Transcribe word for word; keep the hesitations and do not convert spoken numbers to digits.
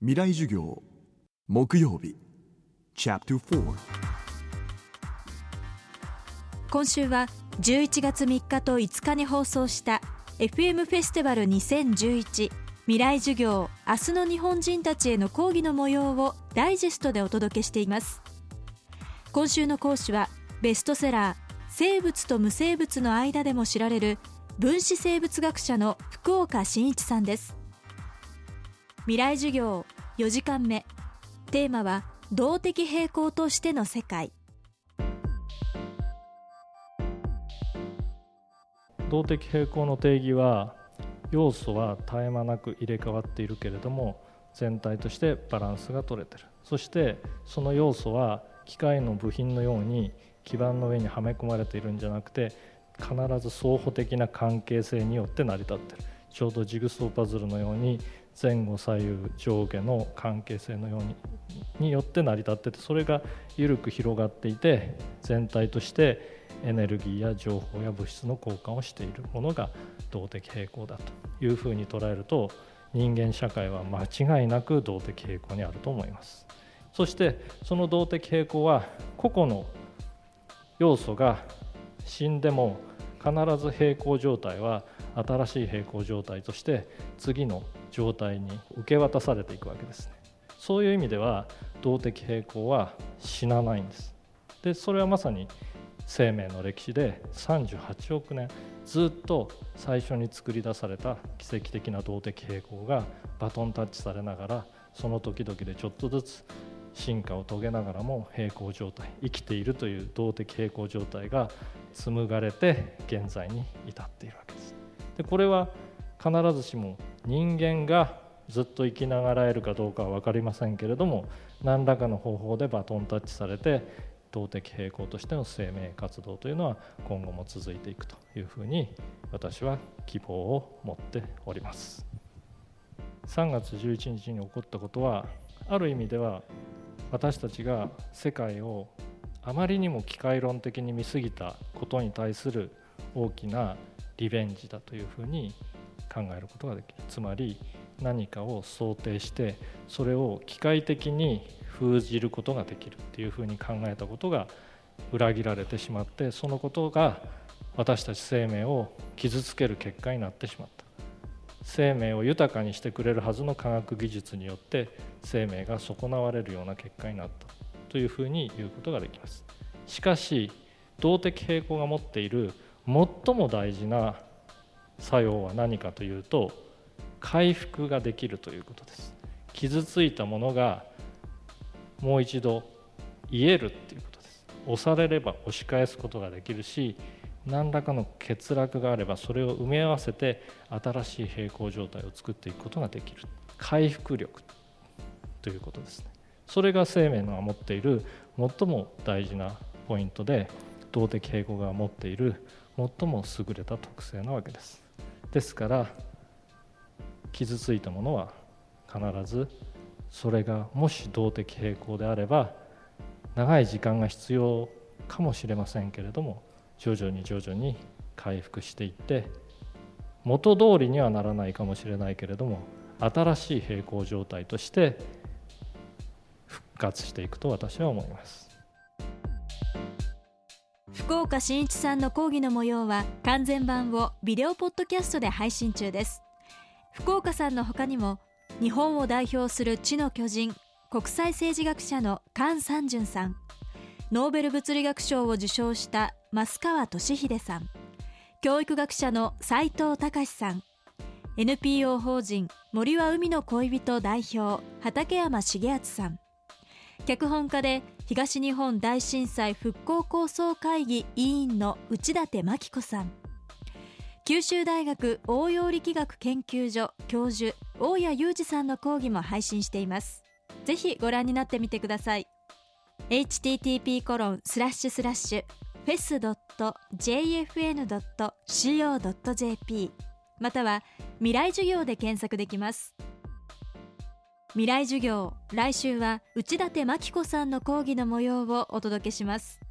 未来授業木曜日チャプターよん。 今週はじゅういちがつみっかといつかに放送した エフエム フェスティバルにせんじゅういち未来授業明日の日本人たちへの講義の模様をダイジェストでお届けしています。今週の講師はベストセラー生物と無生物の間でも知られる分子生物学者の福岡伸一さんです。未来授業よじかんめ、テーマは動的平衡としての世界。 動的平衡の定義は、要素は絶え間なく入れ替わっているけれども全体としてバランスが取れている。そしてその要素は機械の部品のように基板の上にはめ込まれているんじゃなくて、必ず相補的な関係性によって成り立っている。ちょうどジグソーパズルのように前後左右上下の関係性のようにによって成り立っていて、それが緩く広がっていて全体としてエネルギーや情報や物質の交換をしているものが動的平衡だというふうに捉えると、人間社会は間違いなく動的平衡にあると思います。そしてその動的平衡は個々の要素が死んでも必ず平衡状態は新しい平衡状態として次の状態に受け渡されていくわけですね。そういう意味では動的平衡は死なないんです。で、それはまさに生命の歴史でさんじゅうはちおくねんずっと最初に作り出された奇跡的な動的平衡がバトンタッチされながら、その時々でちょっとずつ進化を遂げながらも平衡状態、生きているという動的平衡状態が紡がれて現在に至っているわけです。で、これは必ずしも人間がずっと生きながらえるかどうかは分かりませんけれども、何らかの方法でバトンタッチされて動的平衡としての生命活動というのは今後も続いていくというふうに私は希望を持っております。さんがつじゅういちにちに起こったことは、ある意味では私たちが世界をあまりにも機械論的に見過ぎたことに対する大きなリベンジだというふうに考えることができる。つまり何かを想定してそれを機械的に封じることができるっていうふうに考えたことが裏切られてしまって、そのことが私たち生命を傷つける結果になってしまった。生命を豊かにしてくれるはずの科学技術によって生命が損なわれるような結果になったというふうに言うことができます。しかし動的平衡が持っている最も大事な作用は何かというと、回復ができるということです。傷ついたものがもう一度癒えるっていうことです。押されれば押し返すことができるし、何らかの欠落があればそれを埋め合わせて新しい平衡状態を作っていくことができる。回復力ということですね。それが生命の持っている最も大事なポイントで、動的平衡が持っている最も優れた特性なわけです。ですから傷ついたものは必ず、それがもし動的平衡であれば長い時間が必要かもしれませんけれども、徐々に徐々に回復していって元通りにはならないかもしれないけれども新しい平衡状態として復活していくと私は思います。 福岡伸一さんの講義の模様は完全版をビデオポッドキャストで配信中です。福岡さんの他にも日本を代表する知の巨人、国際政治学者の菅三淳さん、ノーベル物理学賞を受賞した増川俊秀さん、教育学者の斉藤隆さん、 エヌピーオー 法人森は海の恋人代表畠山重敦さん、脚本家で東日本大震災復興構想会議委員の内館真紀子さん、九州大学応用力学研究所教授大谷裕二さんの講義も配信しています。ぜひご覧になってみてください。 エイチティーティーピーコロンスラッシュスラッシュフェスドットジェイエフエヌドットシーオードットジェーピー または未来授業で検索できます。未来授業、来週は内館真紀子さんの講義の模様をお届けします。